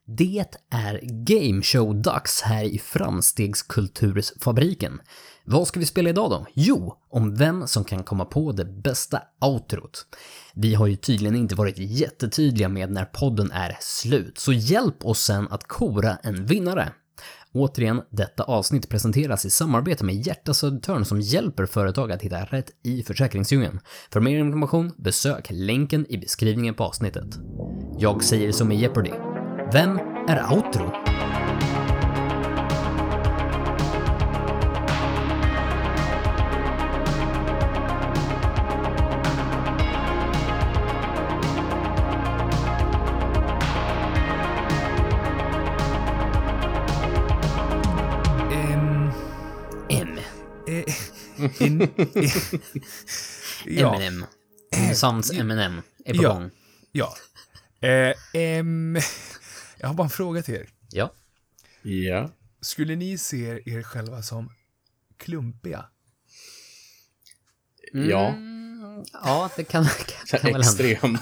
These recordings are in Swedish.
Det är gameshow-dags här i Framstegskultursfabriken. Vad ska vi spela idag då? Jo, om vem som kan komma på det bästa outrot. Vi har ju tydligen inte varit jättetydliga med när podden är slut, så hjälp oss sen att kora en vinnare. Återigen, detta avsnitt presenteras i samarbete med Hjärta Södertörn som hjälper företag att hitta rätt i försäkringsdjungeln. För mer information, besök länken i beskrivningen på avsnittet. Jag säger som i Jeopardy. Vem är outro? Eminem. Sams Eminem är på gång. Ja. Jag har bara en fråga till er. Ja. Ja. Skulle ni se er själva som klumpiga? Ja. Ja, det kan väl hända. Extremt.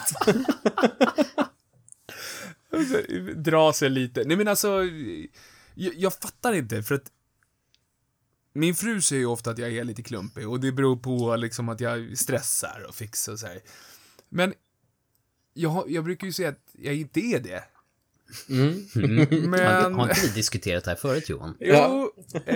Dra sig lite. Nej men alltså, jag fattar inte, för att min fru säger ju ofta att jag är lite klumpig, och det beror på liksom att jag stressar och fixar och så här. Men jag brukar ju säga att jag inte är det. Men Har inte vi diskuterat det här förut, Johan? Jo,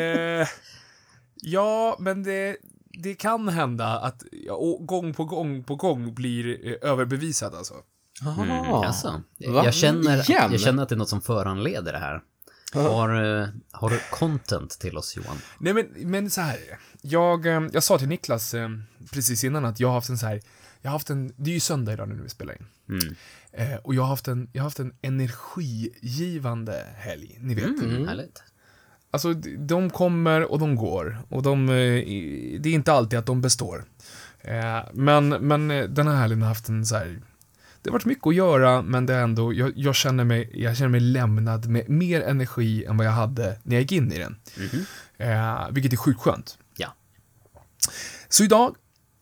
ja, men det kan hända att jag gång på gång blir överbevisad alltså. Alltså, jag känner att det är något som föranleder det här. Har du content till oss, Johan? Nej, men så här är det. Jag sa till Niklas precis innan att jag har haft en, det är ju söndag idag när vi spelar in. Och jag har haft en energigivande helg, ni vet. Härligt. Alltså, de kommer och de går, och det är inte alltid att de består. Men den här helgen har haft en så här, det har varit mycket att göra, men det är ändå, jag känner mig lämnad med mer energi än vad jag hade när jag gick in i den. Vilket är sjukt skönt. Ja. Så idag,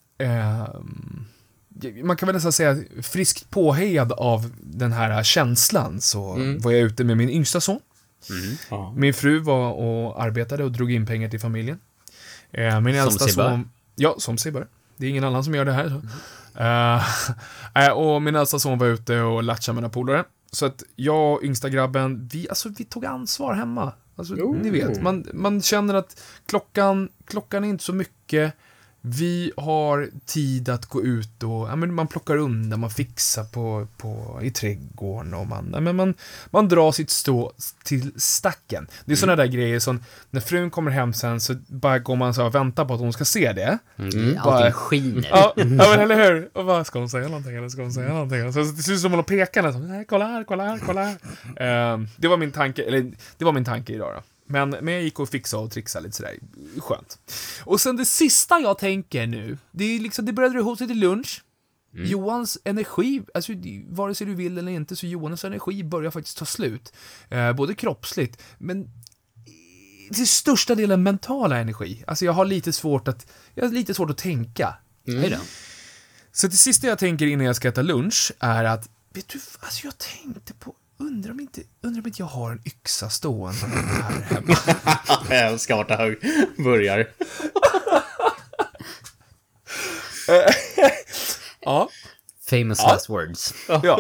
man kan väl nästan säga friskt påhejad av den här känslan, så var jag ute med min yngsta son. Min fru var och arbetade och drog in pengar till familjen. Min äldsta son, ja, som sig bara. Det är ingen annan som gör det här. Så. Och min äldsta son var ute och latchade med mina polare. Så att jag och yngsta grabben, vi tog ansvar hemma. Alltså, ni vet, man känner att klockan är inte så mycket. Vi har tid att gå ut och man plockar undan, man fixar i trädgården, och man drar sitt stå till stacken. Det är såna där grejer som när frun kommer hem sen, så bara går man så och väntar på att hon ska se det. Allting skiner. Ja, men eller hur? Och vad ska hon säga någonting, eller ska hon säga någonting? Så det ser ut som hon pekar nästan. Nej, kolla här. Det var min tanke idag då. Men jag gick och fixade och trixade lite sådär. Skönt. Och sen det sista jag tänker nu, det är liksom, det började ihop sig till lunch. Johans energi, alltså vare sig du vill eller inte, så Johans energi börjar faktiskt ta slut. Både kroppsligt, men till största delen mentala energi. Alltså jag har lite svårt att tänka. Så det sista jag tänker innan jag ska äta lunch är att, vet du, alltså jag tänkte på, undrar om inte jag har en yxa stående här hemma. Jag älskar vart det här börjar. Ja. Famous last words. Ja.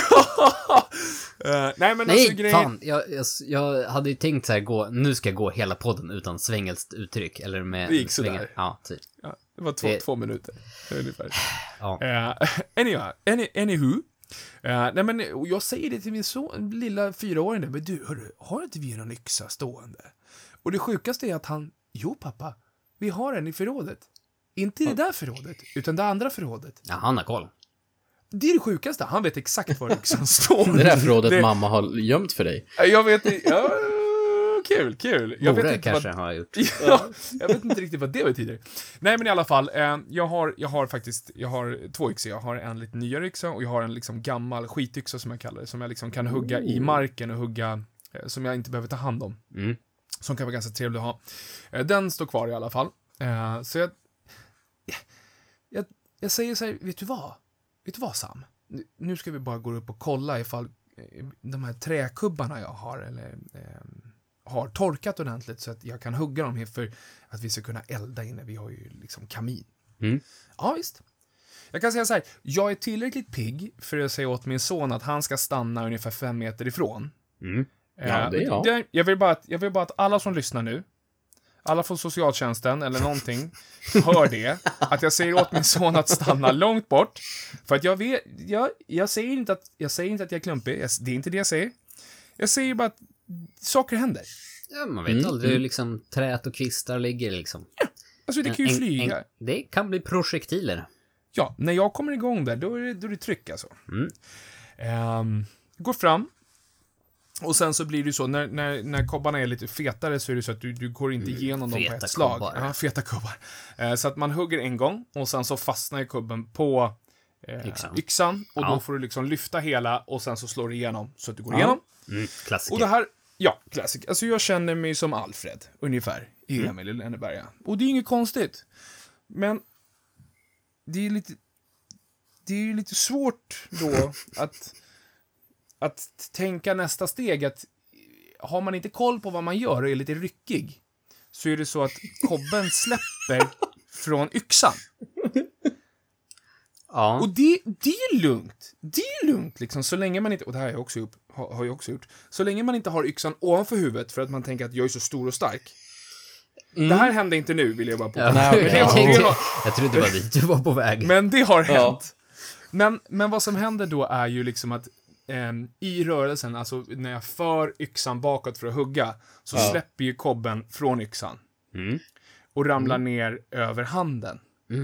Nej, men alltså grejen... fan. Jag hade ju tänkt så här, nu ska jag gå hela podden utan svengelskt uttryck. Eller med det gick sådär. Ja, typ. Ja, det var två minuter. Ungefär. Ja. Anywho. Nej, men jag säger det till min lilla 4-åring. Men du, hörru, har inte vi någon yxa stående? Och det sjukaste är att jo pappa, vi har en i förrådet. Inte i det där förrådet, utan det andra förrådet. Ja, han har koll. Det är det sjukaste, han vet exakt var yxan står. Det där förrådet mamma har gömt för dig. Jag vet inte, ja, kul. Jag vet inte kanske har gjort. Ja, jag vet inte riktigt vad det betyder. Nej, men i alla fall, jag har 2 yxor. Jag har en lite nyare yxa, och jag har en liksom gammal skityxa som jag kallar det, som jag liksom kan hugga i marken och hugga, som jag inte behöver ta hand om. Som kan vara ganska trevligt att ha. Den står kvar i alla fall. Så jag säger så här, vet du vad Sam? Nu ska vi bara gå upp och kolla ifall de här träkubbarna jag har, eller har torkat ordentligt så att jag kan hugga dem för att vi ska kunna elda inne. Vi har ju liksom kamin. Ja, visst. Jag kan säga så här, jag är tillräckligt pigg för att säga åt min son att han ska stanna ungefär 5 meter ifrån. Ja, det är jag. Jag vill bara att alla som lyssnar nu, alla från socialtjänsten eller någonting, hör det. Att jag säger åt min son att stanna långt bort. För att jag säger inte att jag är klumpig. Det är inte det jag säger. Jag säger bara att saker händer. Ja, man vet aldrig hur liksom trät och kvistar ligger liksom. Ja, alltså det kan ju flyga. Det kan bli projektiler. Ja, när jag kommer igång där, då är det tryck alltså. Går fram. Och sen så blir det ju så, när kobbarna är lite fetare så är det så att du går inte igenom dem på ett slag. Ja, feta kubbar. Så att man hugger en gång och sen så fastnar ju kubben på yxan. Och då får du liksom lyfta hela och sen så slår du igenom så att du går igenom. Klassiker. Och det här, klassiker. Alltså jag känner mig som Alfred, ungefär, i Emil i Lönneberga. Och det är inget konstigt. Men det är ju lite svårt då att tänka nästa steg, att har man inte koll på vad man gör och är lite ryckig, så är det så att kobben släpper från yxan. Ja. Och det är lugnt. Det är lugnt liksom, så länge man inte, och det här har jag också gjort, så länge man inte har yxan ovanför huvudet för att man tänker att jag är så stor och stark. Det här hände inte nu, vill jag bara påpeka. Jag trodde det var dit du var på väg. Men det har hänt. Men vad som händer då är ju liksom att i rörelsen, alltså när jag för yxan bakåt för att hugga, så släpper ju kobben från yxan och ramlar ner över handen.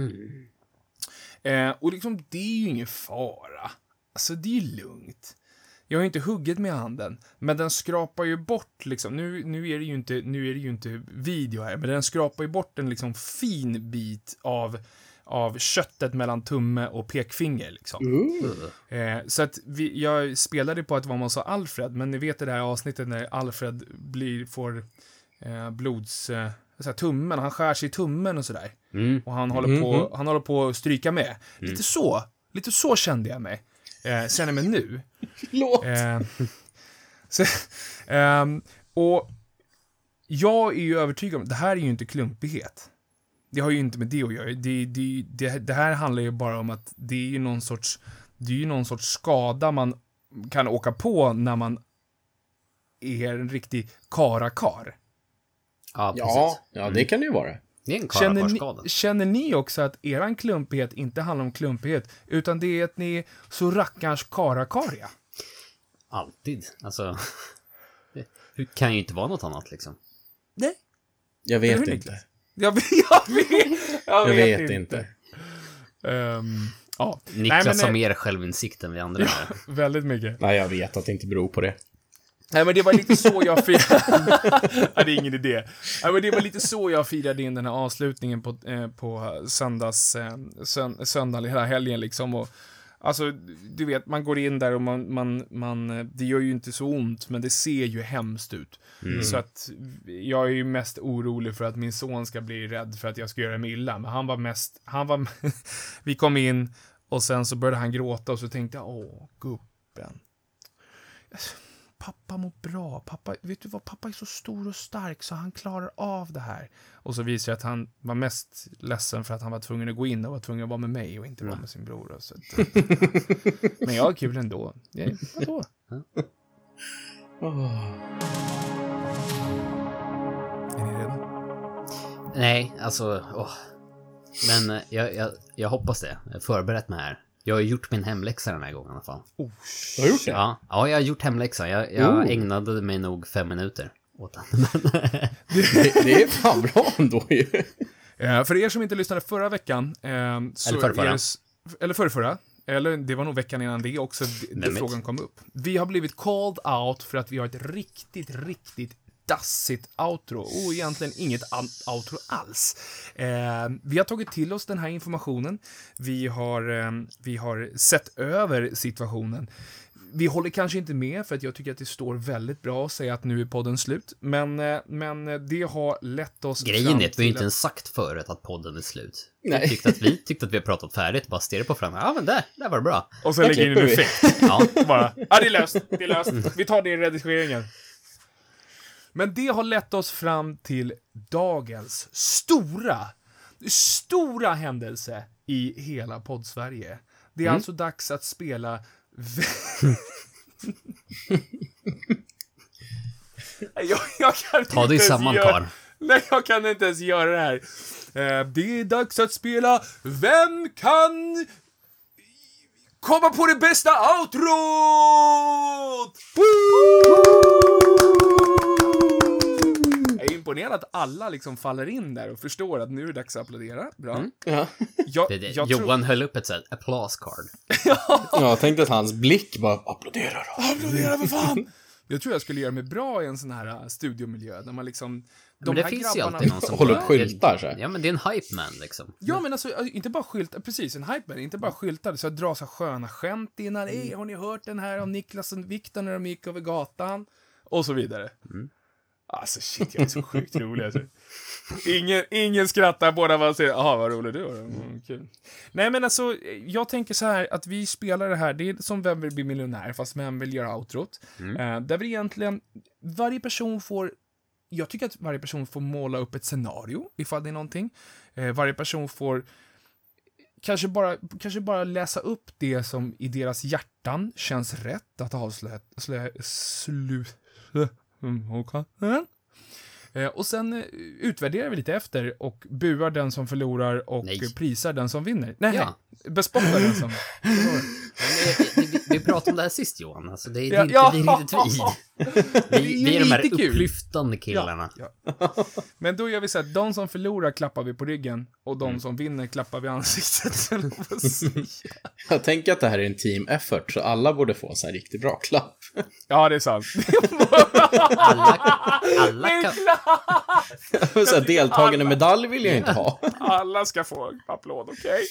Och liksom, det är ju ingen fara. Alltså det är lugnt. Jag har ju inte huggit med handen, men den skrapar ju bort liksom, nu är det ju inte video här, men den skrapar ju bort en liksom fin bit av köttet mellan tumme och pekfinger liksom. Så att jag spelade på att vara massa Alfred, men ni vet det här avsnittet när Alfred får tummen, han skär sig i tummen och sådär. Och han håller på att stryka med. Lite så kände jag mig. Känner mig nu. Förlåt. Och jag är ju övertygad om, det här är ju inte klumpighet. Det har ju inte med det att göra. Det här handlar ju bara om att det är ju någon sorts skada man kan åka på när man är en riktig karakar. Ja, precis. Ja, det kan det ju vara. Det är en karakarskada. Känner ni också att eran klumpighet inte handlar om klumpighet, utan det är att ni är så rackarns karakariga? Alltid. Alltså, det kan ju inte vara något annat liksom. Nej. Jag vet inte. Jag vet inte. Niklas har mer självinsikt än vi andra här. Väldigt mycket. Nej, jag vet att det inte beror på det. Nej, men det var lite så jag firade. Det är ingen idé. Nej, men det var lite så jag firade in den här avslutningen på söndag hela helgen liksom. Och alltså, du vet, man går in där och man det gör ju inte så ont, men det ser ju hemskt ut. Så att jag är ju mest orolig för att min son ska bli rädd för att jag ska göra mig illa. Men vi kom in och sen så började han gråta och så tänkte jag, gubben. Pappa mår bra. Vet du vad? Pappa är så stor och stark så han klarar av det här. Och så visar jag att han var mest ledsen för att han var tvungen att gå in och var tvungen att vara med mig och inte vara med sin bror. Och så. Men jag har kul ändå. Vadå? Är ni redo? Nej, alltså... Men jag hoppas det. Jag har förberett mig här. Jag har gjort min hemläxa den här gången i alla fall. Du har gjort det? Ja, jag har gjort hemläxa. Jag ägnade mig nog 5 minuter åt den. Det är fan bra ändå ju. För er som inte lyssnade förra veckan... Eller förrförra. Eller det var nog veckan innan det också, där frågan kom upp. Vi har blivit called out för att vi har ett riktigt, riktigt dassigt outro. Och egentligen inget outro alls. Vi har tagit till oss den här informationen. Vi har sett över situationen. Vi håller kanske inte med, för att jag tycker att det står väldigt bra att säga att nu är podden slut. Men det har lett oss Grejen är att vi inte ens sagt förut att podden är slut. Vi tyckte att vi har pratat färdigt, bara stirrade på fram. Ja, men där var det bra. Och sen lägger in en effekt. Ja. Bara, det är löst. Vi tar det i redigeringen. Men det har lett oss fram till dagens stora händelse i hela poddsverige. Det är alltså dags att spela... jag kan ta dig samman, Karl. Nej, jag kan inte ens göra det här. Det är dags att spela Vem kan komma på det bästa outrot? Jag är imponerad att alla liksom faller in där och förstår att nu är det dags att applådera. Bra. Ja. Johan höll upp ett sånt applause card. Jag tänkte att hans blick bara applådera då. Applådera, vad fan! Jag tror jag skulle göra mig bra i en sån här studiomiljö där man liksom... Men det finns ju alltid någon som håller upp skyltar så här. Ja, men det är en hype man liksom. Ja, men alltså inte bara skyltar, precis, en hype man, inte bara skyltar, så att dra så sköna skämt innan. Har ni hört den här om Niklas och Viktor när de gick över gatan? Och så vidare. Alltså shit, jag är så sjukt rolig alltså. Ingen skrattar, båda bara säger, jaha, vad rolig du var. Kul. Nej, men alltså, jag tänker så här att vi spelar det här, det är som Vem vill bli miljonär, fast Vem vill göra outrot. Där vi egentligen, varje person får, jag tycker att varje person får måla upp ett scenario, ifall det är någonting. Varje person får kanske bara läsa upp det som i deras hjärtan känns rätt att avsluta. Och sen utvärderar vi lite efter och buar den som förlorar och prisar den som vinner. Nej, bespottar den som vi pratade om det här sist, Johan. Alltså, det är inte riktigt vi är de här upplyftande killarna. Ja. Men då gör vi så att de som förlorar klappar vi på ryggen och de som vinner klappar vi i ansiktet. Jag tänker att det här är en team effort, så alla borde få så här riktigt bra klapp. Ja, det är sant. alla kan... Så här, deltagande medalj vill jag inte ha. Alla ska få applåd, okej?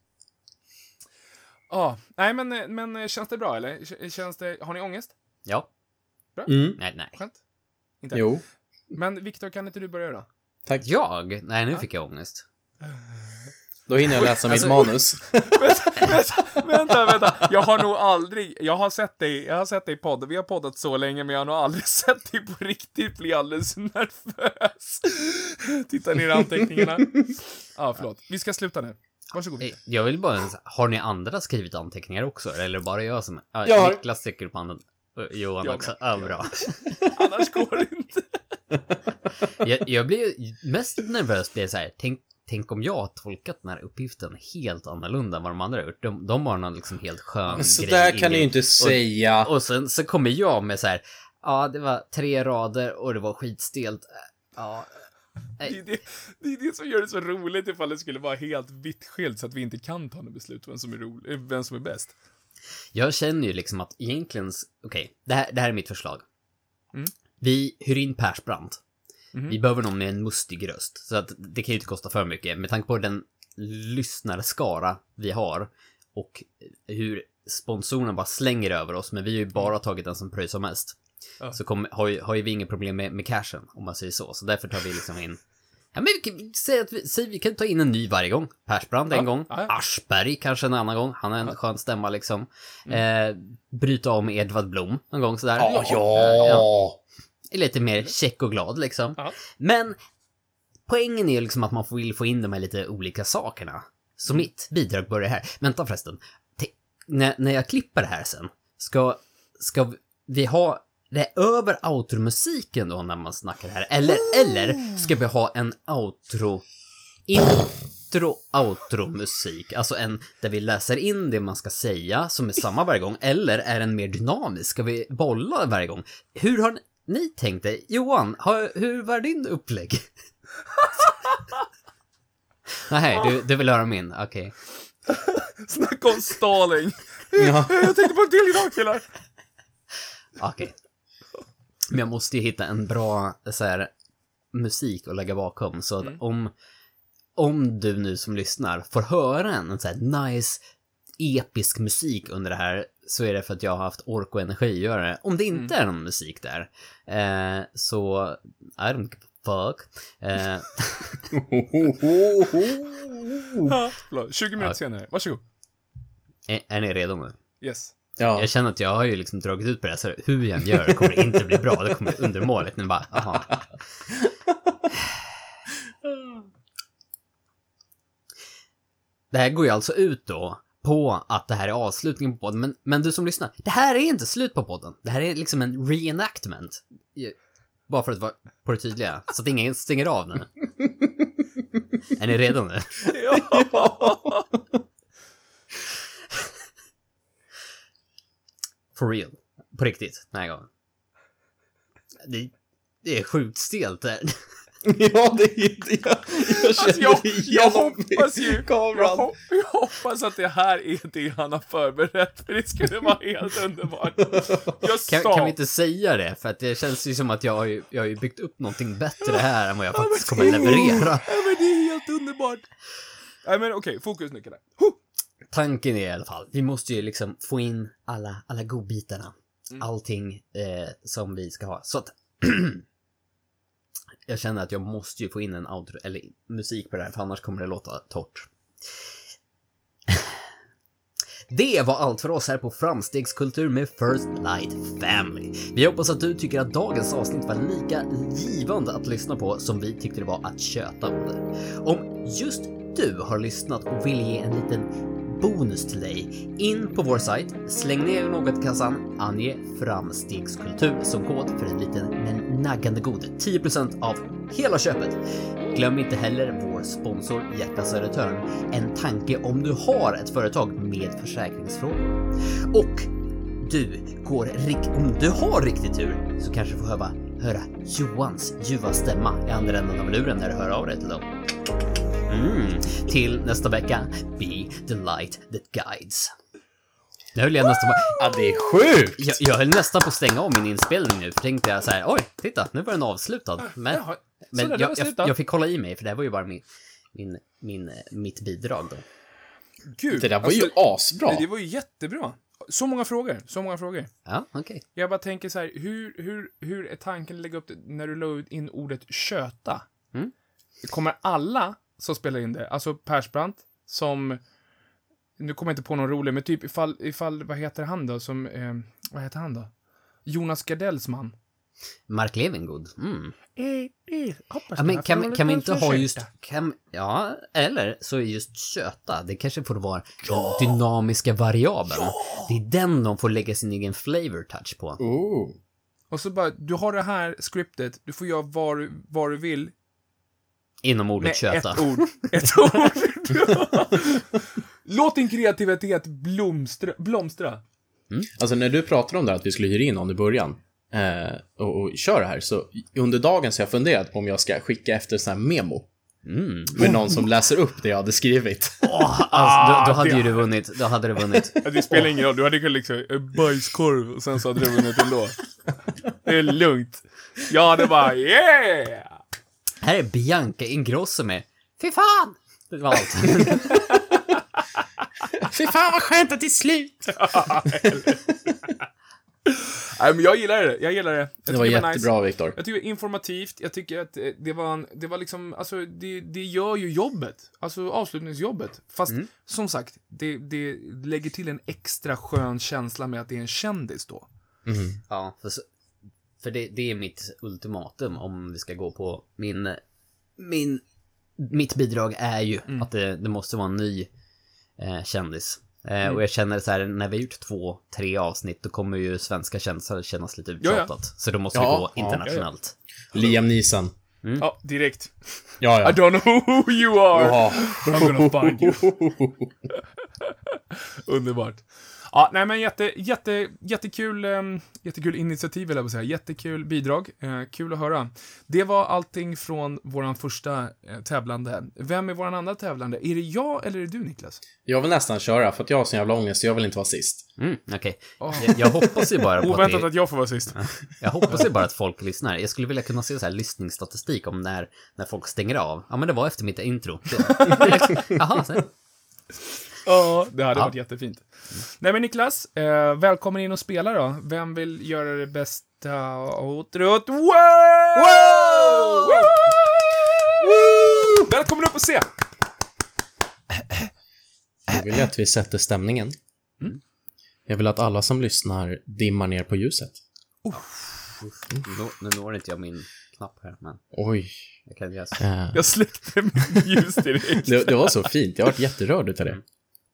Nej, men känns det bra, eller? Känns det... Har ni ångest? Ja. Bra? Nej. Skönt? Inte? Jo. Men Viktor, kan inte du börja då? Tack. Jag? Nej, nu fick jag ångest. Då hinner jag läsa mitt manus. Vänta. Jag har nog aldrig... Jag har sett dig i podd. Vi har poddat så länge, men jag har nog aldrig sett dig på riktigt bli alldeles nervös. Titta ner i anteckningarna. Förlåt. Vi ska sluta nu. Varsågod. Jag vill bara... Har ni andra skrivit anteckningar också? Eller bara jag som... Niklas sträcker upp handen. Johan också. Bra. Annars går det inte. jag blir mest nervös. Blir så här, tänk om jag har tolkat den här uppgiften helt annorlunda än vad de andra har gjort. De har någon liksom helt skön så grej. Så där kan ni ju inte säga. Och sen så kommer jag med så här... det var 3 rader och det var skitstelt. Det är det som gör det så roligt ifall det skulle vara helt vitt skilt så att vi inte kan ta något beslut vem som är bäst. Jag känner ju liksom att egentligen... Okej, det här är mitt förslag. Vi hyr in Persbrandt. Vi behöver någon med en mustig röst. Så att det kan ju inte kosta för mycket. Med tanke på den lyssnarskara vi har och hur sponsorerna bara slänger över oss. Men vi har ju bara tagit den som pröjsar mest. Så har ju vi inga problem med cashen, om man säger så. Så därför tar vi liksom in... Ja, men vi kan ta in en ny varje gång. Persbrandt en gång. Aschberg kanske en annan gång. Han har en skön stämma liksom. Bryta av med Edvard Blom någon gång sådär. Ja. Lite mer check och glad liksom. Men poängen är liksom att man vill få in de här lite olika sakerna. Så mitt bidrag börjar här. Vänta förresten. När jag klipper det här sen. Ska vi ha det över outro-musiken då när man snackar här? Eller ska vi ha en outro-musik? Alltså en där vi läser in det man ska säga som är samma varje gång. Eller är den mer dynamisk? Ska vi bolla varje gång? Hur har ni tänkt det? Johan, hur var din upplägg? Nej, du vill höra min. Okej. Snacka om stalling. Jag tänkte på en till idag, killar. Okej. Men jag måste ju hitta en bra så här, musik att lägga bakom. Så att om du nu som lyssnar får höra en så här nice episk musik under det här så är det för att jag har haft ork och energi att göra det. Om det inte är någon musik där så I don't give a fuck. 20 minuter senare, varsågod. Är ni redo nu? Yes. Ja. Jag känner att jag har ju liksom dragit ut på det, så hur jag än gör kommer det inte bli bra. Det kommer bli undermåligt. Nu bara, aha. Det här går ju alltså ut då på att det här är avslutningen på podden. Men du som lyssnar, det här är inte slut på podden. Det här är liksom en reenactment. Bara för att vara på det tydliga. Så att ingen stänger av nu. Är ni redo nu? Ja. For real. På riktigt, den här gången. Det är sjukt stelt där. Ja, det är det. Jag känner det genom jag hoppas att det här är det han har förberett, för det skulle vara helt underbart. Kan vi inte säga det? För att det känns ju som att jag har ju byggt upp någonting bättre här än vad jag faktiskt kommer leverera. Ja, men det är helt underbart. Nej, men okej, fokus nu. Tanken är i alla fall, vi måste ju liksom få in alla godbitarna. Allting som vi ska ha. Så att jag känner att jag måste ju få in en outro, eller musik på det här, för annars kommer det låta torrt. Det var allt för oss här på Framstegskultur med First Light Family. Vi hoppas att du tycker att dagens avsnitt var lika givande att lyssna på som vi tyckte det var att köta under. Om just du har lyssnat och vill ge en liten bonus till dig, in på vår sajt, släng ner något i kassan, ange Framstegskultur som kod för en liten men naggande god 10% av hela köpet. Glöm inte heller vår sponsor Hjärta Södertörn, en tanke om du har ett företag med försäkringsfrågor. Och om du har riktigt tur så kanske du får höra Johans ljuva stämma i andra änden av luren när du hör av dig till dem. Till nästa vecka, be the light that guides. Nu höll jag nästan Ja, det är sjukt! Jag höll nästan på att stänga av min inspelning nu, för tänkte jag så här: oj, titta, nu var den avslutad. Men jag fick hålla i mig, för det här var ju bara mitt bidrag då. Gud, det där var ju asbra. Det var ju jättebra. Så många frågor. Ja, okej. Jag bara tänker så här, hur är tanken att lägga upp det när du la in ordet köta? Kommer alla som spelar in det, alltså Persbrandt som, nu kommer jag inte på någon rolig, men typ ifall vad heter han då, som, vad heter han då? Jonas Gardells man. Mark Levengood. Hoppas Ja, men kan vi inte ha just, ja, eller så är just köta, det kanske får vara den dynamiska variabeln. Det är den de får lägga sin egen flavor touch på. Och så bara, du har det här scriptet, du får göra vad du vill. Inom ordet köta. Ett ord. Låt din kreativitet blomstra. Alltså när du pratade om det att vi skulle hyra in någon i början och köra det här, så under dagen så har jag funderat på om jag ska skicka efter sån här memo med någon som läser upp det jag hade skrivit. Alltså, då hade ju du vunnit. Då hade du vunnit. Det spelar ingen roll, du hade kunnat liksom en bajskorv och sen så hade du vunnit ändå. Det är lugnt. Ja, det bara yeah! Här är Bianca Ingrosso med fy fan! Det var allt. Fy fan vad skönt att det är slut. Nej, men jag gillar det. Det var jättebra, nice. Viktor. Jag tycker det är informativt. Jag tycker att det var liksom, alltså det gör ju jobbet. Alltså avslutningsjobbet. Fast som sagt, det lägger till en extra skön känsla med att det är en kändis då. Ja, för det är mitt ultimatum om vi ska gå på mitt bidrag är ju att det måste vara en ny kändis. Och jag känner så här, när vi har gjort 2-3 avsnitt, då kommer ju svenska kändisar kännas lite uttjatat. Så då måste vi gå internationellt. Liam Neeson. Ja, direkt. Ja. I don't know who you are. I'm gonna find you. Underbart. Ja, nej men jättekul initiativ, vill jag säga. Jättekul bidrag. Kul att höra. Det var allting från våran första tävlande. Vem är våran andra tävlande? Är det jag eller är det du, Niklas? Jag vill nästan köra, för att jag har sån jävla ångest, så jag vill inte vara sist. Okej. Jag hoppas ju bara på oväntat att jag får vara sist. Jag hoppas ju bara att folk lyssnar. Jag skulle vilja kunna se så här lyssningsstatistik om när folk stänger av. Ja, men det var efter mitt intro. Jaha, så. Ja, det hade varit jättefint. Nej men Niklas, välkommen in och spela då. Vem vill göra det bästa outrot? Wow! Wow! Woo! Välkommen upp och se! Jag vill att vi sätter stämningen. Jag vill att alla som lyssnar dimmar ner på ljuset. Nu når inte jag min knapp här, men... Oj. Jag kan läsa. Jag släckte mitt ljus direkt. Det var så fint. Jag har varit jätterörd utav det.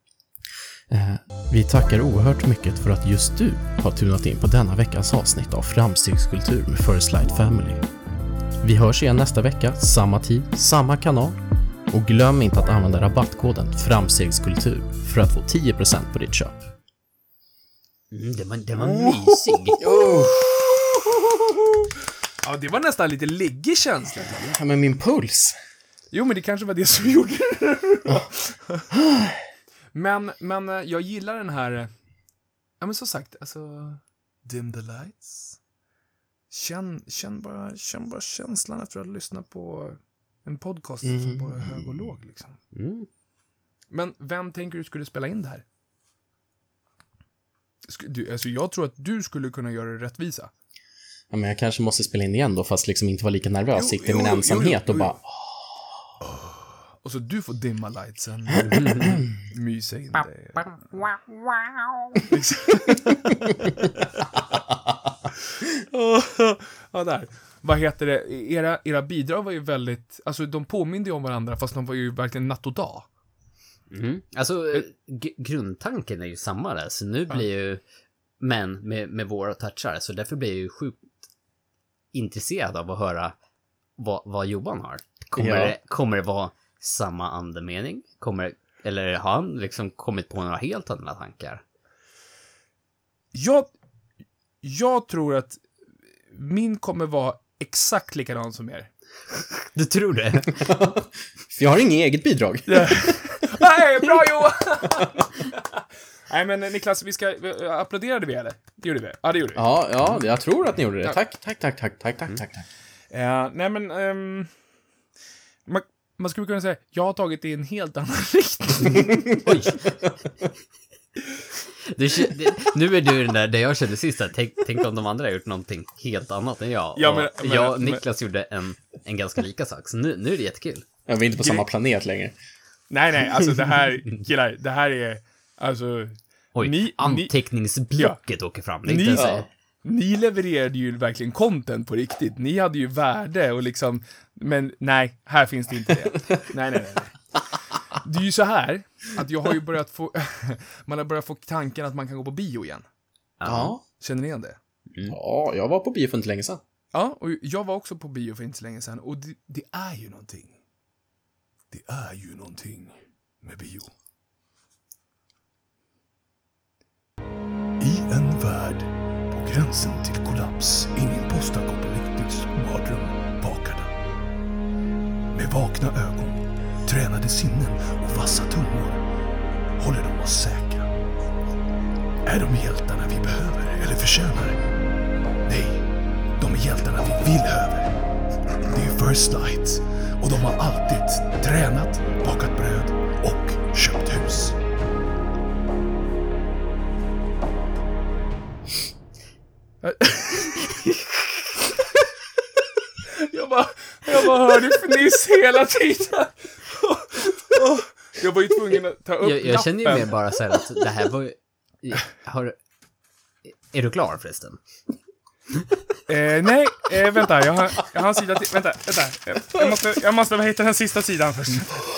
Vi tackar oerhört mycket för att just du har tunat in på denna veckans avsnitt av Framstegskultur med First Light Family. Vi hörs igen nästa vecka, samma tid, samma kanal. Och glöm inte att använda rabattkoden Framstegskultur för att få 10% på ditt köp. Den var mysig. Ja, det var nästan lite liggig känsla. Ja, men min puls. Jo, men det kanske var det som gjorde det. Men jag gillar den här... Ja, men som sagt, alltså... Dim the lights. Känn bara känslan efter att lyssna på en podcast som bara är hög och låg, liksom. Men vem tänker du skulle spela in det här? Alltså, jag tror att du skulle kunna göra det rättvisa. Ja, men jag kanske måste spela in igen då, fast liksom inte vara lika nervös. Sitta i min ensamhet och bara... Och så du får dimma lightsen. Mysa in det. Ja, där. Vad heter det? Era bidrag var ju väldigt... Alltså, de påminner ju om varandra, fast de var ju verkligen natt och dag. Alltså, grundtanken är ju samma där. Så nu blir ju... Men med våra touchar. Så därför blir jag ju sjukt intresserad av att höra vad Johan har. Kommer det vara samma andemening? Eller har han liksom kommit på några helt andra tankar? Jag tror att min kommer vara exakt likadan som er. Du tror det? För jag har inget eget bidrag. Nej, bra Johan! Nej, men Niklas, applåderade vi eller? Det gjorde vi. Ja, det gjorde vi. Ja, jag tror att ni gjorde det. Tack. Nej, men... Man skulle kunna säga, jag har tagit det i en helt annan riktning. Oj. Nu är du den där jag kände sist. Tänk om de andra har gjort någonting helt annat än jag. Ja, jag och Niklas gjorde en ganska lika sak. Så nu är det jättekul. Jag är inte på samma planet längre. Nej, alltså det här, killar, det här är, alltså... Oj, anteckningsblocket åker fram. Ni levererade ju verkligen content på riktigt. Ni hade ju värde och liksom... Men nej, här finns det inte det. Nej. Det är ju så här att jag har ju börjat få... man har börjat få tanken att man kan gå på bio igen. Ja. Känner ni igen det? Ja, jag var på bio för inte länge sedan. Ja, och jag var också på bio för inte så länge sedan. Och det är ju någonting. Det är ju någonting med bio. I en värld på gränsen till kollaps, ingen postapokalyptisk mardröm vakar. Med vakna ögon, tränade sinnen och vassa tungor håller de oss säkra. Är de hjältarna vi behöver eller förtjänar? Nej, de är hjältarna vi vill över. Det är First Light och de har alltid tränat, bakat bröd och köpt hus. Jag bara hörde fniss hela tiden. Jag var ju tvungen att ta upp jag känner ju mer bara så här att det här var... Är du klar förresten? Nej, vänta, jag har en sida till. Vänta. Jag måste hitta den sista sidan först.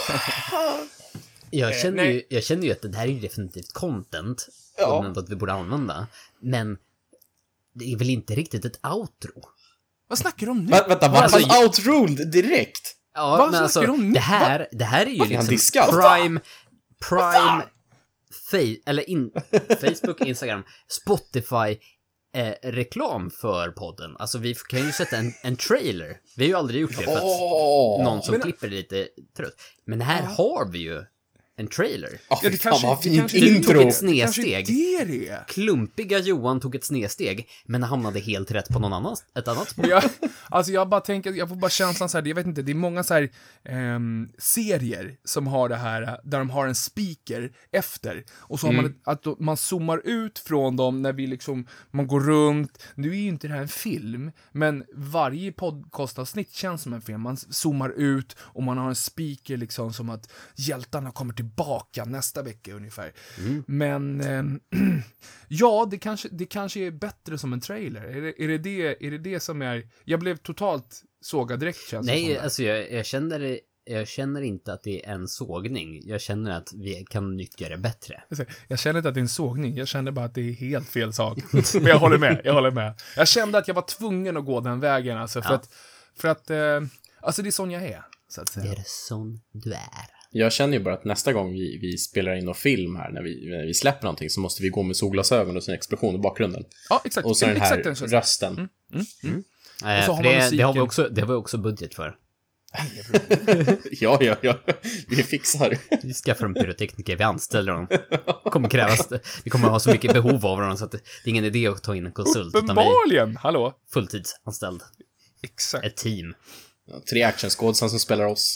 Jag känner ju att det här är definitivt content. Ja. Att vi borde använda. Men det är väl inte riktigt ett outro. Vad snackar du om nu? Vänta, var han outroed direkt? Ja, vad men alltså, det här är ju liksom prime Facebook, Instagram, Spotify reklam för podden. Alltså vi kan ju sätta en trailer. Vi har ju aldrig gjort det för att någon som klipper lite trött. Men här har vi ju en trailer. Det kanske var fint Du intro. tog ett snedsteg. Det är. Klumpiga Johan tog ett snedsteg, men hamnade helt rätt på ett annat spår. Jag bara tänker, jag får bara känslan så här, jag vet inte, det är många så här serier som har det här, där de har en speaker efter, och så har man att man zoomar ut från dem när vi liksom, man går runt. Nu är ju inte det här en film, men varje podcastavsnitt känns som en film. Man zoomar ut och man har en speaker liksom, som att hjältarna kommer tillbaka nästa vecka ungefär. Men ja, det kanske är bättre som en trailer. Är det det som är... Jag blev totalt sågad direkt, känns det som. Nej, alltså jag känner inte att det är en sågning. Jag känner att vi kan nyttja det bättre. Jag känner inte att det är en sågning. Jag känner bara att det är helt fel sak. Men jag håller med. Jag kände att jag var tvungen att gå den vägen. Alltså, för att alltså det är sån jag är, så att säga. Det är sån du är. Jag känner ju bara att nästa gång vi spelar in någon film här, när vi släpper någonting, så måste vi gå med solglasögon och så en explosion i bakgrunden. Ja, exakt. Och så den här rösten. Det har vi också budget för. Ja. Vi fixar. Vi skaffar en pyrotekniker, vi anställer dem. Vi kommer ha så mycket behov av dem så att det är ingen idé att ta in en konsult. Uppenbarligen, hallå. Fulltidsanställd. Exakt. Ett team. 3 actionskådisar som spelar oss.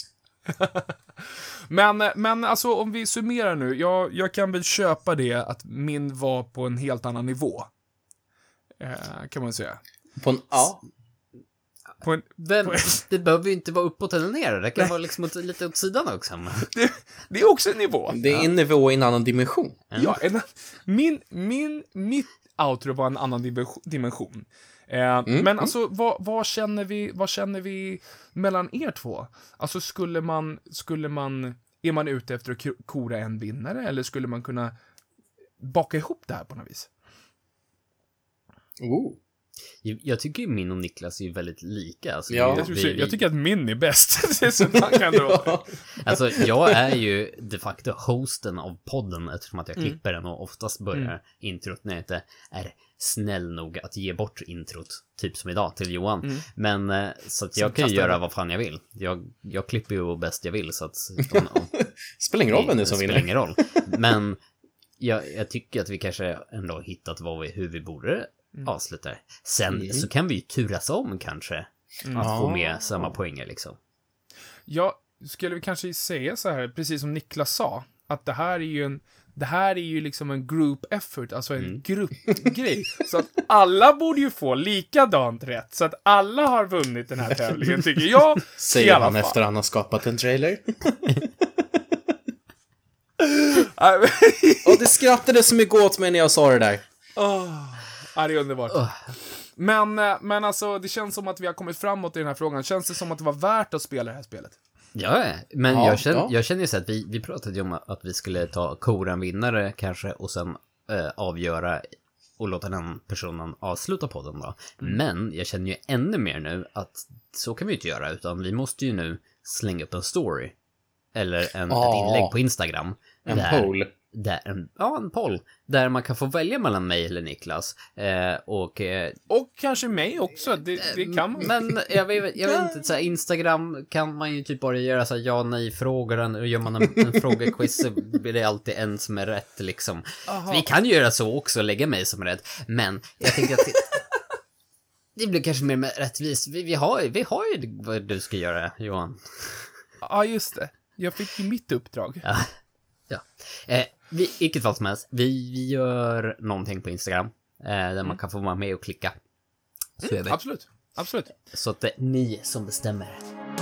Men alltså, om vi summerar nu, jag kan väl köpa det att min var på en helt annan nivå. Kan man säga. Det behöver ju inte vara uppåt eller ner. Det kan vara liksom lite åt sidan också. Det är också en nivå. Det är en nivå i en annan dimension. Ja, mitt outro var en annan dimension. Men alltså, vad känner vi mellan er två? Alltså, är man ute efter att kora en vinnare, eller skulle man kunna baka ihop det här på något vis? Jag tycker ju min och Niklas är väldigt lika. Alltså, jag tycker att min är bäst. Det är så man kan då. Alltså, jag är ju de facto hosten av podden, eftersom att jag klipper den och oftast börjar introt när jag inte är snäll nog att ge bort introt, typ som idag till Johan. Men så att jag kan ju göra vad fan jag vill. Jag klipper ju bäst jag vill, så att spelar ingen roll vem det är som vinner. Spelar ingen roll. Men jag tycker att vi kanske ändå har hittat hur vi borde avsluta. Sen så kan vi ju turas om kanske att få med samma poänger liksom. Ja, skulle vi kanske säga så här, precis som Niklas sa, att det här är ju liksom en group effort, alltså en gruppgrej. Så att alla borde ju få likadant rätt, så att alla har vunnit den här tävlingen, tycker jag. Säger han efter han har skapat en trailer. Och det skrattade så mycket åt mig när jag sa det där. Ja, det är underbart. Men alltså, det känns som att vi har kommit framåt i den här frågan. Känns det som att det var värt att spela det här spelet? Ja, men jag känner ju så att vi pratade ju om att vi skulle kora en vinnare kanske, och sen avgöra och låta den personen avsluta podden då. Men jag känner ju ännu mer nu att så kan vi inte göra, utan vi måste ju nu slänga upp en story eller ett inlägg på Instagram. En poll. En poll där man kan få välja mellan mig eller Niklas och kanske mig också, det kan man. Men jag vet inte, så här, Instagram kan man ju typ bara göra så här ja-nej-frågor, och gör man en frågequiz så blir det alltid en som är rätt liksom. Vi kan ju göra så också, lägga mig som rätt, men jag tänker att det blir kanske mer rättvist. Vi har ju vad du ska göra, Johan. Ja, just det. Jag fick ju mitt uppdrag. Ja. I vilket fall som helst, vi gör någonting på Instagram där man kan få vara med och klicka. Så är vi. Absolut. Så att det är ni som bestämmer.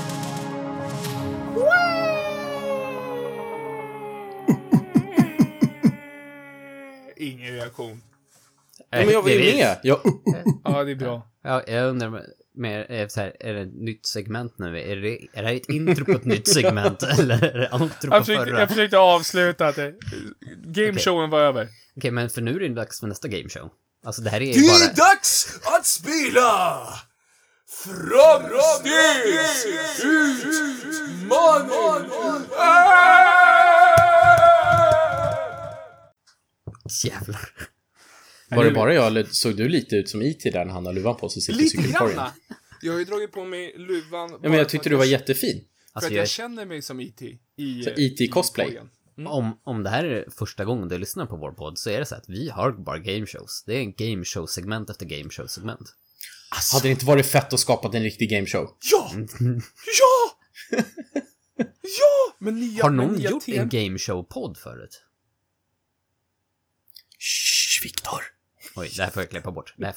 Ingen reaktion. Men jag var ju med. Ja, det är bra. Ja, jag undrar mer, så här, är det ett nytt segment nu? Är det här ett intro på ett nytt segment? Eller är det outro på förra? Jag försökte avsluta att gameshowen var över. Okej, men för nu är det dags för nästa gameshow. Alltså det här är Det bara... är dags att spela Framstegsutmaningen! Jävlar. Var det bara jag, eller såg du lite ut som IT där när han har luvan på sig och sitter i cykelkorgen? Jag har ju dragit på mig luvan. Ja, men jag tyckte du var jättefin. För att jag känner mig som IT. IT-cosplay. Om det här är första gången du lyssnar på vår podd så är det så att vi har bara game shows. Det är en game show segment efter game show segment. Alltså. Hade det inte varit fett att skapa en riktig gameshow? Ja! Ja! Ja! Men nya, har någon nya gjort en game show-podd förut? Shh, Viktor. Oj, det här får jag klippa bort. Nej,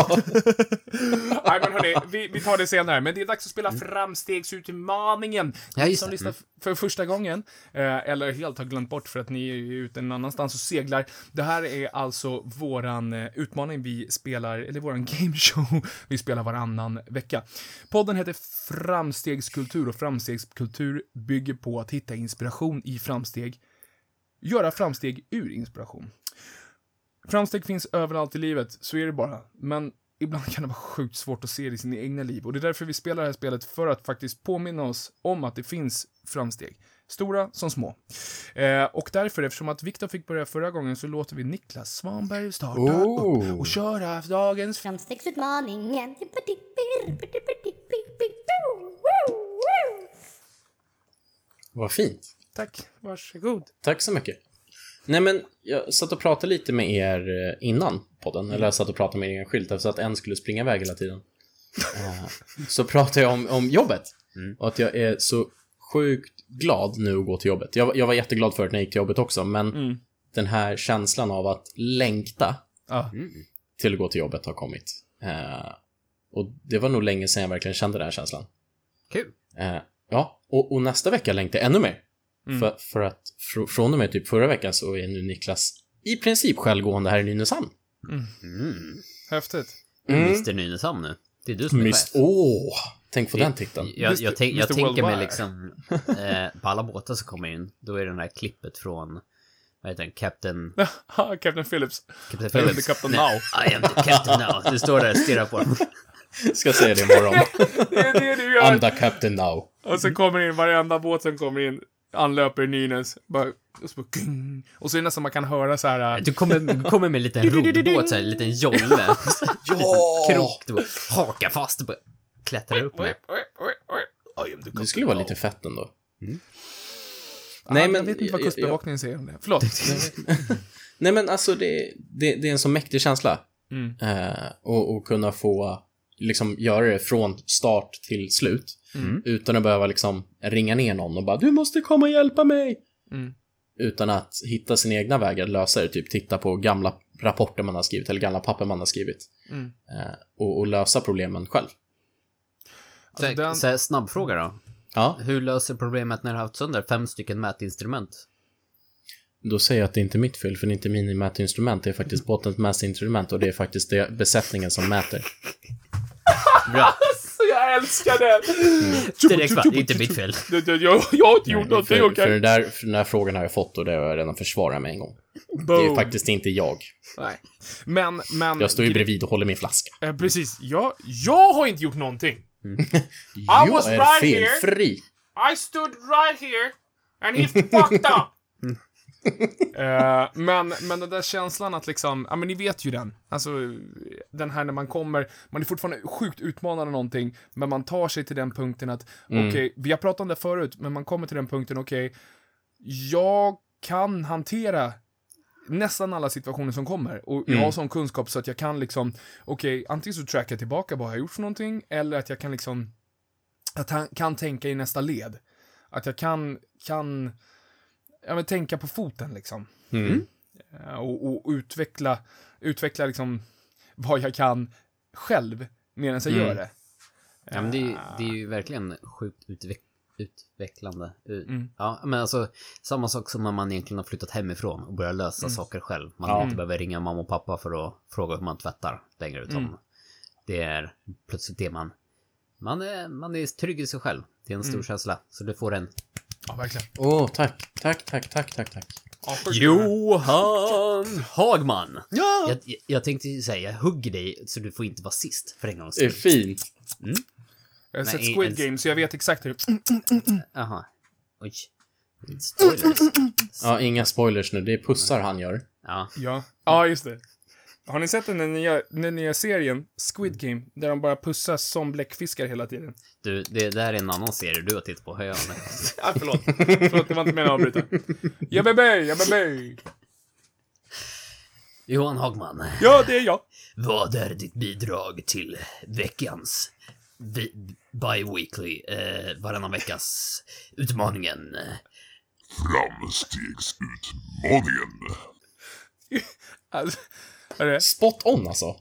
men hörni, vi tar det senare. Men det är dags att spela framstegsutmaningen. Ja, just som det. lyssnar för första gången, eller helt har glömt bort för att ni är ute någon annanstans och seglar. Det här är alltså våran utmaning vi spelar, eller våran gameshow vi spelar varannan vecka. Podden heter Framstegskultur och framstegskultur bygger på att hitta inspiration i framsteg. Göra framsteg ur inspiration. Framsteg finns överallt i livet, så är det bara. Men ibland kan det vara sjukt svårt att se det i sina egna liv. Och det är därför vi spelar det här spelet, för att faktiskt påminna oss om att det finns framsteg. Stora som små. Och därför, eftersom att Viktor fick börja förra gången, så låter vi Niklas Svanberg starta upp och köra dagens Framstegsutmaningen. Vad fint. Tack, varsågod. Tack så mycket. Nej, men jag satt och pratade lite med er innan podden. Eller jag satt och pratade med er enskilt, så att en skulle springa iväg hela tiden. Så pratade jag om jobbet. Och att jag är så sjukt glad nu att gå till jobbet. Jag var jätteglad förut när jag gick till jobbet också. Men den här känslan av att längta till att gå till jobbet har kommit. Och det var nog länge sedan jag verkligen kände den här känslan. Kul. Ja, och nästa vecka längtar jag ännu mer. För att från och med typ förra veckan så är nu Niklas i princip självgående här i Nynäshamn. Häftigt. Mr. Nynäshamn nu. Det är du som är chef. Tänk på den titeln. Jag tänker Worldwide. mig liksom på alla båtar som kommer in, då är det den här klippet från, vad heter den, Captain Phillips. Captain I am Phillips. the captain Nej, now. I am the captain now. Du står där och stirrar på dem. Ska säga det imorgon. Det är det du gör. I'm the captain now. Och så kommer in varenda båt som kommer in, anlöper Nynäs, och så är det nästan man kan höra så här. Du kommer med en liten roddbåt, så här, en liten jolle. Krok, du bara hakar fast och bara klättrar upp med. Det skulle vara lite fett ändå. Nej, men jag vet inte vad kustbevakningen säger om det. Förlåt. Nej, men alltså det är en så mäktig känsla. Och kunna få liksom göra det från start till slut. Utan att behöva liksom ringa ner någon och bara, du måste komma och hjälpa mig. Utan att hitta sina egna vägar, lösa det, typ titta på gamla rapporter man har skrivit eller gamla papper man har skrivit. Och lösa problemen själv. Så snabb fråga då. Ja. Hur löser problemet när du har haft sönder 5 stycken mätinstrument? Då säger jag att det är inte mitt fel, för det är inte min mätinstrument. Det är faktiskt båtens mätinstrument och det är faktiskt det besättningen som mäter. Bra. Så jag älskar det. Direkt va, det är inte mitt fel. Jag har inte gjort någonting, okej. För den där frågan har jag fått och det har jag redan försvarat mig en gång. Det är faktiskt inte jag. Nej. Men jag står ju bredvid och håller min flaska. Precis. Jag har inte gjort någonting. Jag was är right felfri. I stood right here and he fucked up. Men den där känslan att liksom, ja men ni vet ju den. Alltså den här när man är fortfarande sjukt utmanande någonting, men man tar sig till den punkten att okej, vi har pratat om det förut, men man kommer till den punkten, okej, jag kan hantera nästan alla situationer som kommer, och jag har sån kunskap så att jag kan liksom, okej, antingen så trackar jag tillbaka vad jag har gjort för någonting, eller att jag kan liksom, att jag kan tänka i nästa led, att jag kan tänka på foten liksom. Och utveckla liksom vad jag kan själv medan jag gör det. Ja, men det är ju verkligen sjukt utvecklande. Ja, men alltså samma sak som när man egentligen har flyttat hemifrån och börjar lösa saker själv. Man inte behöver ringa mamma och pappa för att fråga hur man tvättar längre, utan det är plötsligt det man är trygg i sig själv. Det är en stor känsla, så du får en. Ja, verkligen. Tack. Johan Hagman. Ja. Jag tänkte säga, jag hugger dig så du får inte vara sist för en gång. Det är fint. Jag har sett Squid Game, så jag vet exakt hur. Aha. Oj. Spoilers. Ja, inga spoilers nu. Det är pussar han gör. Ja. Ja, just det. Har ni sett den nya serien Squid Game? Där de bara pussas som bläckfiskar hela tiden. Du, det där är en annan serie du har tittat på, hör jag. Ja, förlåt, det var inte meningen att avbryta. Ja, baby. Johan Hagman. Ja, det är jag. Vad är ditt bidrag till veckans bi-weekly, varannan veckas utmaningen? Framstegsutmaningen. Alltså, Spot on alltså.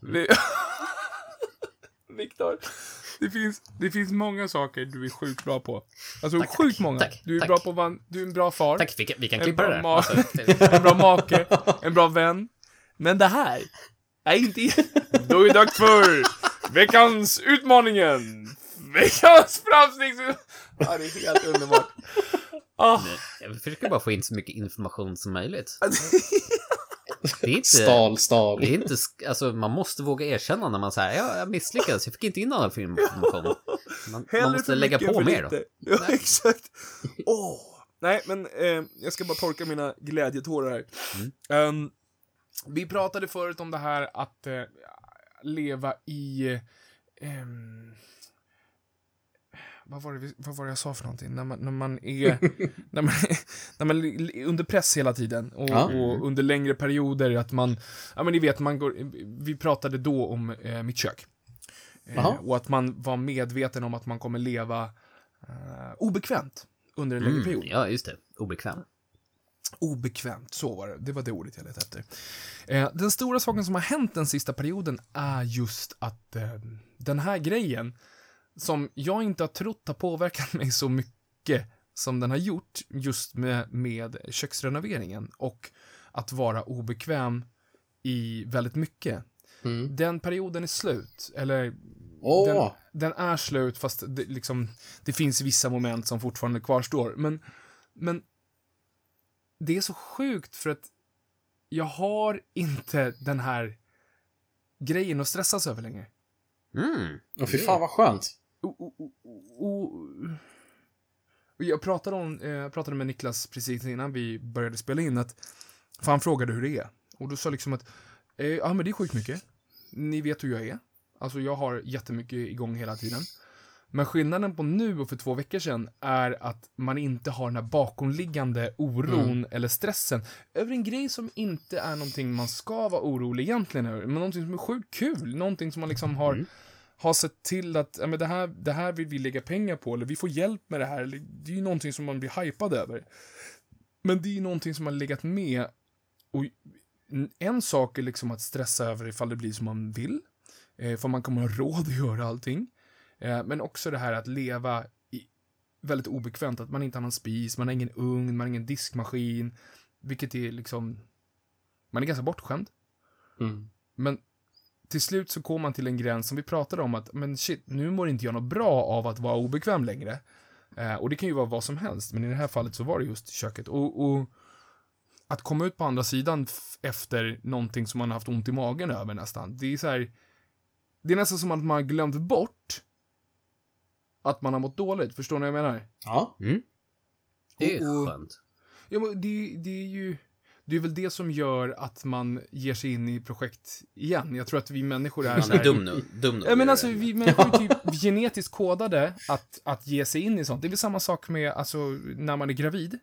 Viktor, det finns många saker du är sjukt bra på. Alltså sjukt många. Du är bra på du är en bra far. Tack, vi kan klippa det där. En bra make, en bra vän. Men det här är inte... Då är det dags för veckans utmaningen. Veckans framstegsutmaningen. Ja, det är helt underbart. Jag försöker bara få in så mycket information som möjligt. Det är inte, Stal. Det är inte, alltså, man måste våga erkänna när man säger jag misslyckades, jag fick inte in all filminformation. Man måste lägga på mer då. Ja, exakt. Nej, men jag ska bara torka mina glädjetårar här. Vi pratade förut om det här att leva i... Vad var det jag sa för någonting? När man är under press hela tiden och under längre perioder att man, ja men ni vet, vi pratade då om mitt kök. Och att man var medveten om att man kommer leva obekvämt under en längre period. Ja, just det. Obekvämt, så var det. Det var det ordet jag letade efter. Den stora saken som har hänt den sista perioden är just att den här grejen som jag inte har trott har påverkat mig så mycket som den har gjort just med köksrenoveringen och att vara obekväm i väldigt mycket. Den perioden är slut, eller den är slut, fast det finns vissa moment som fortfarande kvarstår. Men det är så sjukt för att jag har inte den här grejen att stressas över längre. Fy fan vad skönt. Jag pratade med Niklas precis innan vi började spela in för han frågade hur det är. Och då sa liksom att ja men det är sjukt mycket. Ni vet hur jag är. Alltså jag har jättemycket igång hela tiden. Men skillnaden på nu och för 2 veckor sedan är att man inte har den här bakomliggande oron eller stressen över en grej som inte är någonting man ska vara orolig egentligen över. Men någonting som är sjukt kul. Någonting som man liksom har sett till att men det här vill vi lägga pengar på, eller vi får hjälp med det här. Det är ju någonting som man blir hypad över. Men det är ju någonting som har legat med. Och en sak är liksom att stressa över ifall det blir som man vill. För man kommer ha råd att göra allting. Men också det här att leva väldigt obekvämt. Att man inte har någon spis, man har ingen ugn, man har ingen diskmaskin. Vilket är liksom... Man är ganska bortskämd. Men till slut så kommer man till en gräns som vi pratade om att men shit, nu mår inte jag något bra av att vara obekväm längre. Och det kan ju vara vad som helst. Men i det här fallet så var det just köket. Och att komma ut på andra sidan efter någonting som man har haft ont i magen över nästan. Det är så här... Det är nästan som att man har glömt bort att man har mått dåligt. Förstår ni vad jag menar? Ja. Det är skönt. Ja, men det är väl det som gör att man ger sig in i projekt igen. Jag tror att vi människor är... Man är dum nu. Ja, men alltså, vi människor är typ genetiskt kodade att ge sig in i sånt. Det är väl samma sak med alltså, när man är gravid.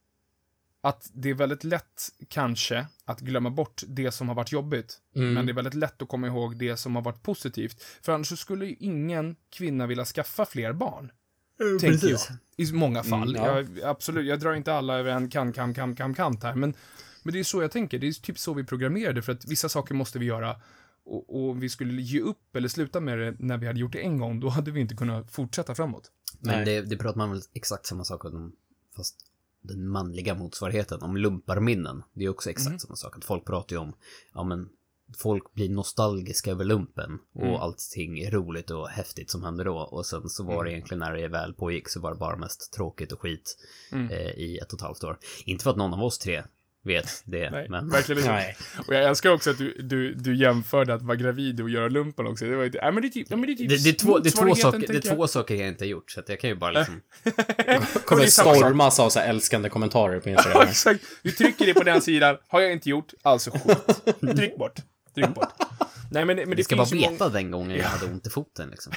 Att det är väldigt lätt kanske att glömma bort det som har varit jobbigt. Men det är väldigt lätt att komma ihåg det som har varit positivt. För annars så skulle ju ingen kvinna vilja skaffa fler barn. Tänker jag. I många fall. Absolut, jag drar inte alla över en kant här. Men det är så jag tänker. Det är typ så vi programmerade. För att vissa saker måste vi göra. Och vi skulle ge upp eller sluta med det när vi hade gjort det en gång. Då hade vi inte kunnat fortsätta framåt. Men det pratar man väl exakt samma sak om. Fast den manliga motsvarigheten om lumparminnen. Det är också exakt samma sak. Att folk pratar ju om, ja men folk blir nostalgiska över lumpen och allting är roligt och häftigt som händer då. Och sen så var det egentligen när det väl pågick så var det bara mest tråkigt och skit i 1,5 år. Inte för att någon av oss 3 vet det. Nej, men... verkligen inte. Nej. Och jag älskar också att du jämförde att vara gravid och göra lumpen också. Det var inte, men det är typ det är två saker jag inte har gjort, så att jag kan ju bara liksom... kommer stormas av så här älskande kommentarer på Instagram. Ja, exakt. Vi trycker det på den sidan. Har jag inte gjort, alltså skit. Tryck bort. Stryk bort. Nej, men det ska bara finns ju veta den gången jag hade ont i foten liksom.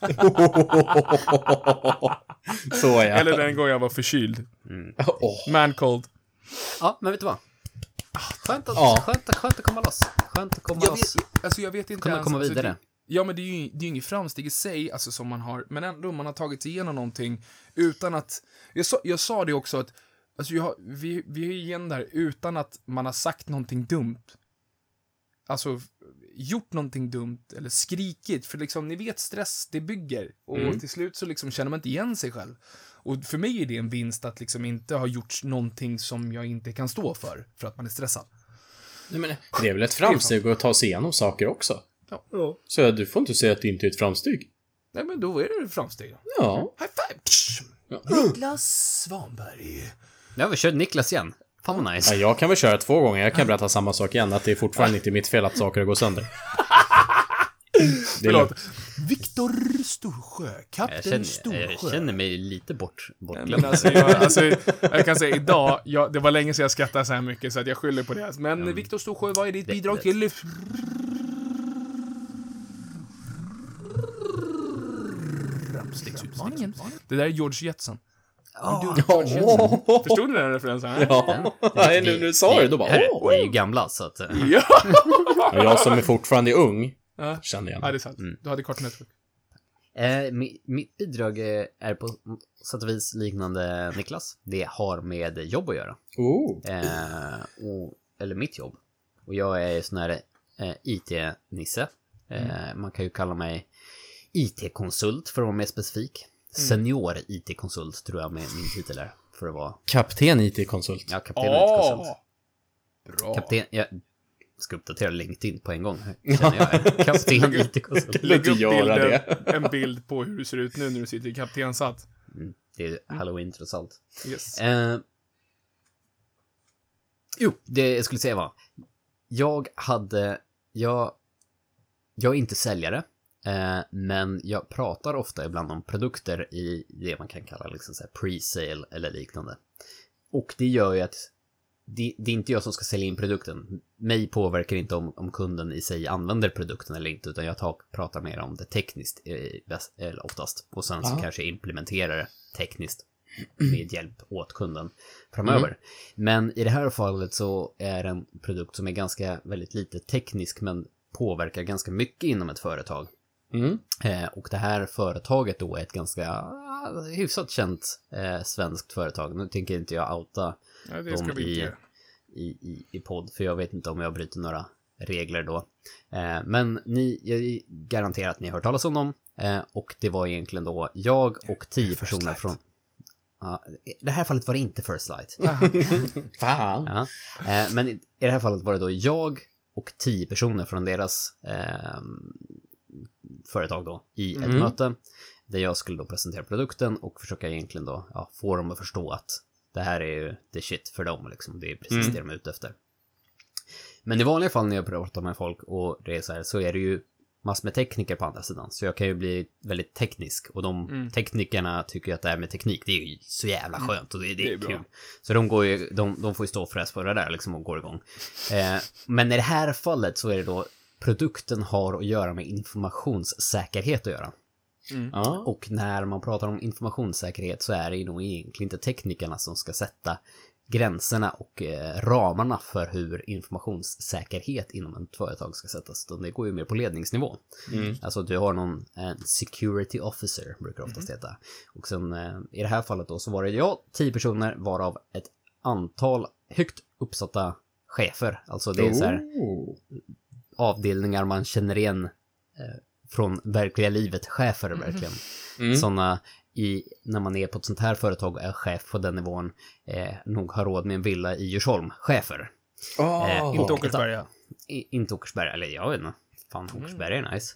Så ja. Eller den gången jag var förkyld. Man cold. Ja, men vet du vad? Skönt att komma loss. Skönt att komma loss. Jag vet inte Komma ens, vidare. Ja, men det är ju inget framsteg i sig, alltså, som man har, men ändå man har tagit sig igenom någonting utan att, jag sa det också att, alltså vi är igen där utan att man har sagt någonting dumt. Alltså, gjort någonting dumt eller skrikit, för liksom, ni vet, stress, det bygger, och till slut så liksom känner man inte igen sig själv. Och för mig är det en vinst att liksom inte ha gjort någonting som jag inte kan stå för att man är stressad. Nej, men det är väl ett framsteg att ta sig igenom saker också. Ja. Så du får inte säga att det inte är ett framsteg. Nej, men då är det framsteg. Ja. High five! Ja. Niklas Svanberg. Ja, vi kör Niklas igen. Fan vad nice. Ja, jag kan väl köra 2 gånger. Jag kan berätta samma sak igen. Att det är fortfarande inte mitt fel att saker går sönder. Förlåt. Viktor Storsjö. Kapten Storsjö. Jag känner mig lite bortglömd. Men jag kan säga idag, det var länge sedan jag skrattade så här mycket så att jag skyller på det. Men Viktor Storsjö, vad är ditt bidrag till framstegsutmaningen? Det där är George Jetson. Förstod du den referensen? Ja. Nej, nu sa du då bara. Vi är ju gamla så att... Ja. Jag som är fortfarande ung kände igen. Ja, det är sant. Du hade kort nätverk. Mitt bidrag är på sätt och vis liknande Niklas. Det har med jobb att göra. Eller mitt jobb. Och jag är sån här IT-nisse. Man kan ju kalla mig IT-konsult för att vara mer specifik. Senior IT-konsult tror jag min titel är. För att vara... Kapten IT-konsult. Ja, kapten IT-konsult. Bra. Kapten... Jag ska uppdatera LinkedIn på en gång. Känner jag. Kapten IT-konsult. Lägg upp en bild på hur du ser ut nu när du sitter i kaptenshatt. Det är Halloween trots allt. Yes. Det jag skulle säga var... Jag är inte säljare. Men jag pratar ofta ibland om produkter i det man kan kalla liksom så här pre-sale eller liknande. Och det gör ju att det är inte jag som ska sälja in produkten. Mig påverkar inte om kunden i sig använder produkten eller inte, utan jag pratar mer om det tekniskt eller oftast. Och sen så kanske jag implementerar det tekniskt med hjälp åt kunden framöver. Men i det här fallet så är det en produkt som är väldigt lite teknisk men påverkar ganska mycket inom ett företag. Och det här företaget då är ett ganska hyfsat känt svenskt företag. Nu tänker inte jag outa dem i podd, för jag vet inte om jag bryter några regler då. Men jag garanterar att ni har hört talas om dem. Och det var egentligen då jag och 10 personer från... I det här fallet var det inte First Light. Fan. Men i det här fallet var det då jag och 10 personer från deras företag då i ett möte där jag skulle då presentera produkten och försöka egentligen då få dem att förstå att det här är ju the shit för dem liksom. Det är precis det de är ute efter. Men i vanliga fall när jag pratar med folk och det är så är det ju massor med tekniker på andra sidan. Så jag kan ju bli väldigt teknisk. Och de teknikerna tycker att det här med teknik, det är ju så jävla skönt. Och det är kul. Bra. Så de får ju stå fräs på det där liksom och går igång. Men i det här fallet så är det då produkten har att göra med informationssäkerhet att göra. Och när man pratar om informationssäkerhet så är det ju nog egentligen inte teknikerna som ska sätta gränserna och ramarna för hur informationssäkerhet inom ett företag ska sättas. Det går ju mer på ledningsnivå. Alltså du har en security officer, brukar det oftast heta. Och sen i det här fallet då så var det 10 personer varav ett antal högt uppsatta chefer. Alltså det är så här avdelningar man känner igen från verkliga livet, chefer verkligen. Sådana när man är på ett sånt här företag och är chef på den nivån nog har råd med en villa i Djursholm. Chefer. Inte Åkersberga. Inte Åkersberga, eller jag vet inte. Fan, Åkersberga är nice.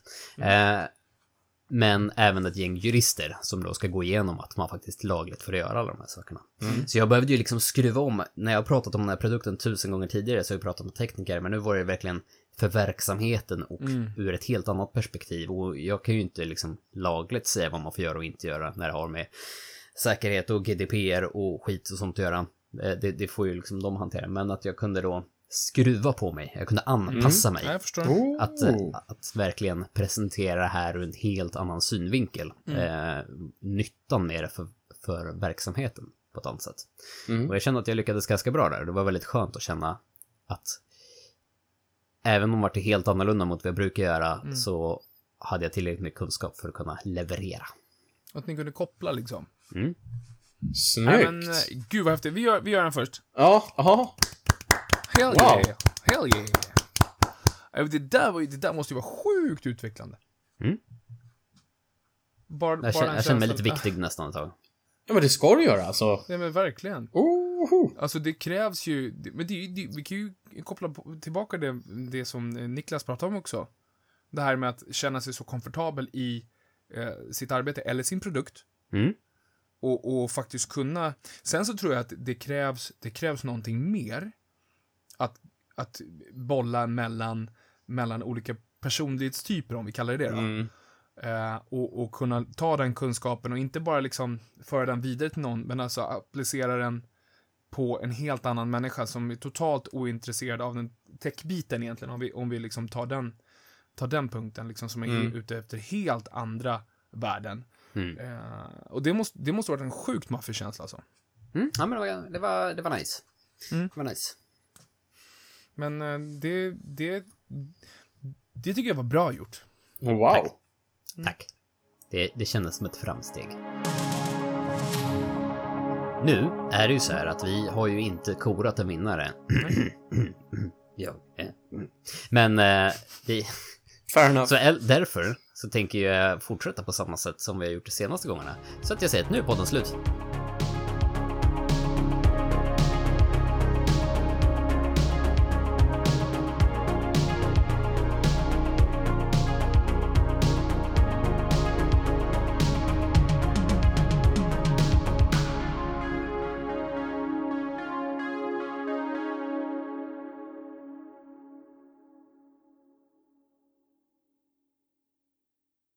Men även ett gäng jurister som då ska gå igenom att man faktiskt lagligt får göra alla de här sakerna. Så jag behövde ju liksom skruva om. När jag har pratat om den här produkten 1000 gånger tidigare så har jag pratat med tekniker, men nu var det verkligen för verksamheten och ur ett helt annat perspektiv. Och jag kan ju inte liksom lagligt säga vad man får göra och inte göra när det har med säkerhet och GDPR och skit och sånt att göra. Det får ju liksom de hantera. Men att jag kunde då skruva på mig. Jag kunde anpassa mig. Jag förstår. Att verkligen presentera det här ur en helt annan synvinkel. Nyttan med det för verksamheten på ett annat sätt. Och jag kände att jag lyckades ganska bra där. Det var väldigt skönt att känna att även om det var helt annorlunda mot vad jag brukar göra så hade jag tillräckligt med kunskap för att kunna leverera. Att ni kunde koppla liksom. Snyggt. Men, gud vad häftigt. Vi gör den först. Ja, aha. Hell Wow. yeah. Hell yeah. Det där måste ju vara sjukt utvecklande. Bara Jag känner mig lite viktig nästan ett tag. Ja, men det ska du göra, alltså. Ja, men verkligen. Oho. Alltså det krävs ju, men vi kan ju koppla tillbaka det som Niklas pratade om också. Det här med att känna sig så komfortabel i sitt arbete eller sin produkt. Och faktiskt kunna. Sen så tror jag att det krävs någonting mer. Att bolla mellan olika personlighetstyper, om vi kallar det då. Och kunna ta den kunskapen och inte bara liksom föra den vidare till någon, men alltså applicera den på en helt annan människa som är totalt ointresserad av den techbiten egentligen, om vi liksom tar den punkten liksom, som är ute efter helt andra värden. Och det måste vara en sjukt maffig känsla alltså. Ja, men det var nice. Det var nice. Men det tycker jag var bra gjort. Wow. Tack. Det kändes som ett framsteg. Nu är det ju så här att vi har ju inte korat en vinnare. Men Fair enough. så därför så tänker jag fortsätta på samma sätt som vi har gjort de senaste gångerna. Så att jag säger att nu är podden slut.